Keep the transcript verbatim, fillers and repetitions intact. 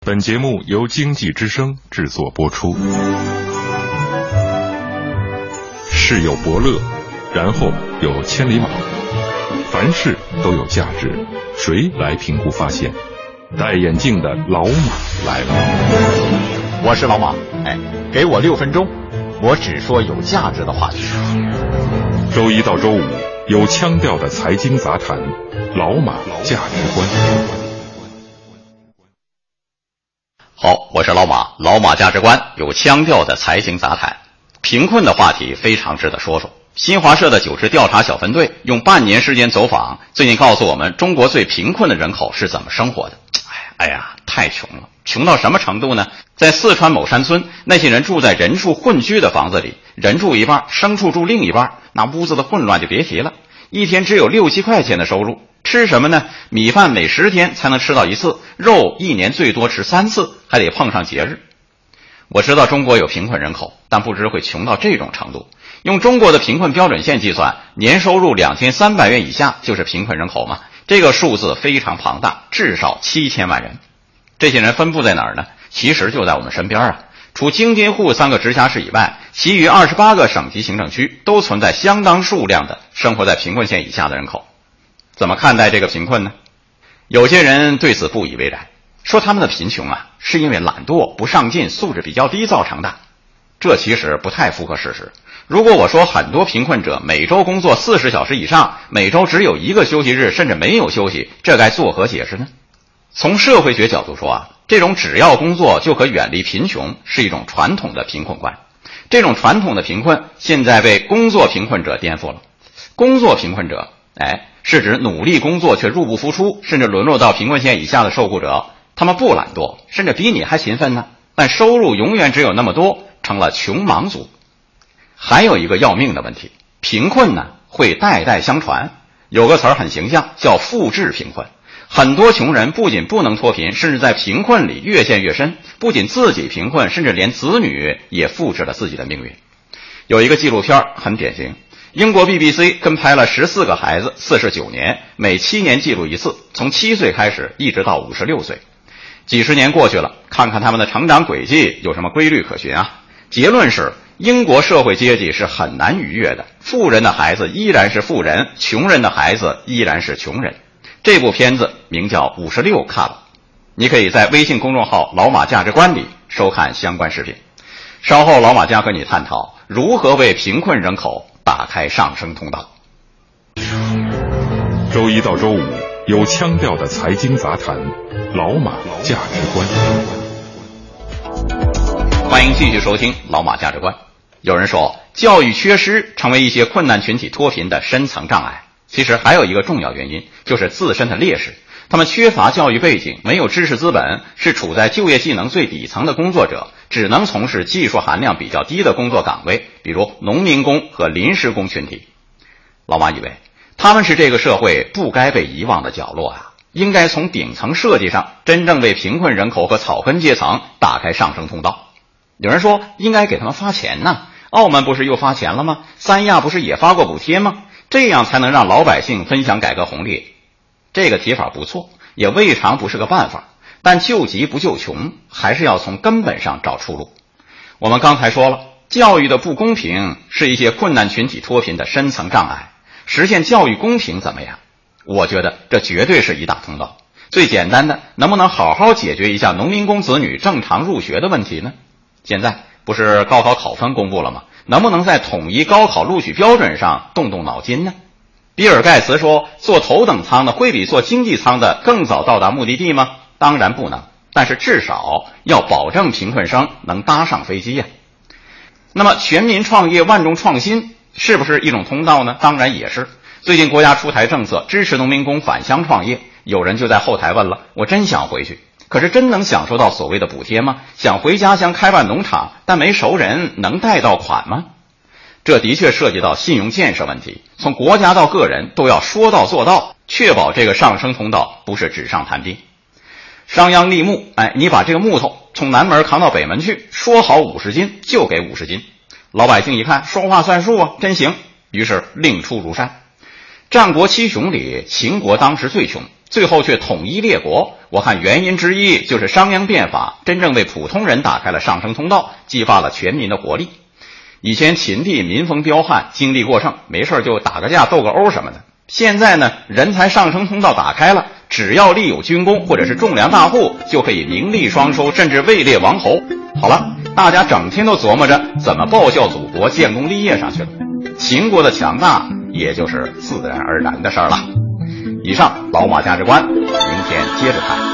本节目由经济之声制作播出。世有伯乐，然后有千里马，凡事都有价值，谁来评估发现？戴眼镜的老马来了。 我是老马，哎，给我六分钟，我只说有价值的话题。 周一到周五有腔调的财经杂谈，老马价值观。 好，我是老马，老马价值观，有腔调的财经杂谈。贫困的话题非常值得说说。新华社的九支调查小分队用半年时间走访，最近告诉我们中国最贫困的人口是怎么生活的。哎呀，太穷了，穷到什么程度呢？在四川某山村，那些人住在人畜混居的房子里，人住一半，牲畜住另一半，那屋子的混乱就别提了。一天只有六七块钱的收入，吃什么呢？米饭每十天才能吃到一次，肉一年最多吃三次，还得碰上节日。我知道中国有贫困人口，但不知会穷到这种程度。用中国的贫困标准线计算，年收入两千三百元以下就是贫困人口嘛？这个数字非常庞大，至少七千万人。这些人分布在哪儿呢？其实就在我们身边啊。除京津沪三个直辖市以外，其余二十八个省级行政区都存在相当数量的生活在贫困线以下的人口。怎么看待这个贫困呢？有些人对此不以为然，说他们的贫穷啊，是因为懒惰、不上进、素质比较低造成的。这其实不太符合事实。如果我说很多贫困者每周工作四十小时以上，每周只有一个休息日，甚至没有休息，这该作何解释呢？从社会学角度说啊，这种只要工作就可远离贫穷是一种传统的贫困观。这种传统的贫困现在被工作贫困者颠覆了。工作贫困者，哎，是指努力工作却入不敷出，甚至沦落到贫困线以下的受雇者。他们不懒惰，甚至比你还勤奋呢，但收入永远只有那么多，成了穷忙族。还有一个要命的问题，贫困呢会代代相传。有个词儿很形象，叫复制贫困。很多穷人不仅不能脱贫，甚至在贫困里越陷越深，不仅自己贫困，甚至连子女也复制了自己的命运。有一个纪录片很典型，英国 B B C 跟拍了十四个孩子四十九年，每七年记录一次，从七岁开始一直到五十六岁。几十年过去了，看看他们的成长轨迹有什么规律可循啊？结论是英国社会阶级是很难逾越的，富人的孩子依然是富人，穷人的孩子依然是穷人。这部片子名叫《五十六看了》，你可以在微信公众号老马价值观里收看相关视频。稍后老马将和你探讨如何为贫困人口打开上升通道。 周一到周五有腔调的财经杂谈，老马价值观。 欢迎继续收听老马价值观。有人说教育缺失成为一些困难群体脱贫的深层障碍，其实还有一个重要原因，就是自身的劣势。他们缺乏教育背景，没有知识资本，是处在就业技能最底层的工作者，只能从事技术含量比较低的工作岗位，比如农民工和临时工群体。老马以为他们是这个社会不该被遗忘的角落啊，应该从顶层设计上真正为贫困人口和草根阶层打开上升通道。有人说应该给他们发钱呢，澳门不是又发钱了吗？三亚不是也发过补贴吗？这样才能让老百姓分享改革红利。这个提法不错，也未尝不是个办法，但救急不救穷，还是要从根本上找出路。我们刚才说了，教育的不公平是一些困难群体脱贫的深层障碍。实现教育公平怎么样？我觉得这绝对是一大通道。最简单的，能不能好好解决一下农民工子女正常入学的问题呢？现在不是高考考分公布了吗？能不能在统一高考录取标准上动动脑筋呢？比尔盖茨说，坐头等舱的会比坐经济舱的更早到达目的地吗？当然不能，但是至少要保证贫困生能搭上飞机呀。那么全民创业万众创新是不是一种通道呢？当然也是。最近国家出台政策支持农民工返乡创业，有人就在后台问了，我真想回去，可是真能享受到所谓的补贴吗？想回家乡开办农场，但没熟人，能贷到款吗？这的确涉及到信用建设问题，从国家到个人都要说到做到，确保这个上升通道不是纸上谈兵。商鞅立木，哎，你把这个木头从南门扛到北门去，说好五十斤就给五十斤。老百姓一看，说话算数啊，真行，于是令出如山。战国七雄里，秦国当时最穷， 最后却统一列国。我看原因之一就是商鞅变法真正为普通人打开了上升通道，激发了全民的活力。以前秦地民风彪悍，精力过剩，没事就打个架斗个殴什么的。现在呢，人才上升通道打开了，只要立有军功或者是种粮大户，就可以名利双收，甚至位列王侯。好了，大家整天都琢磨着怎么报效祖国、建功立业上去了。秦国的强大也就是自然而然的事儿了。以上老马价值观，明天接着看。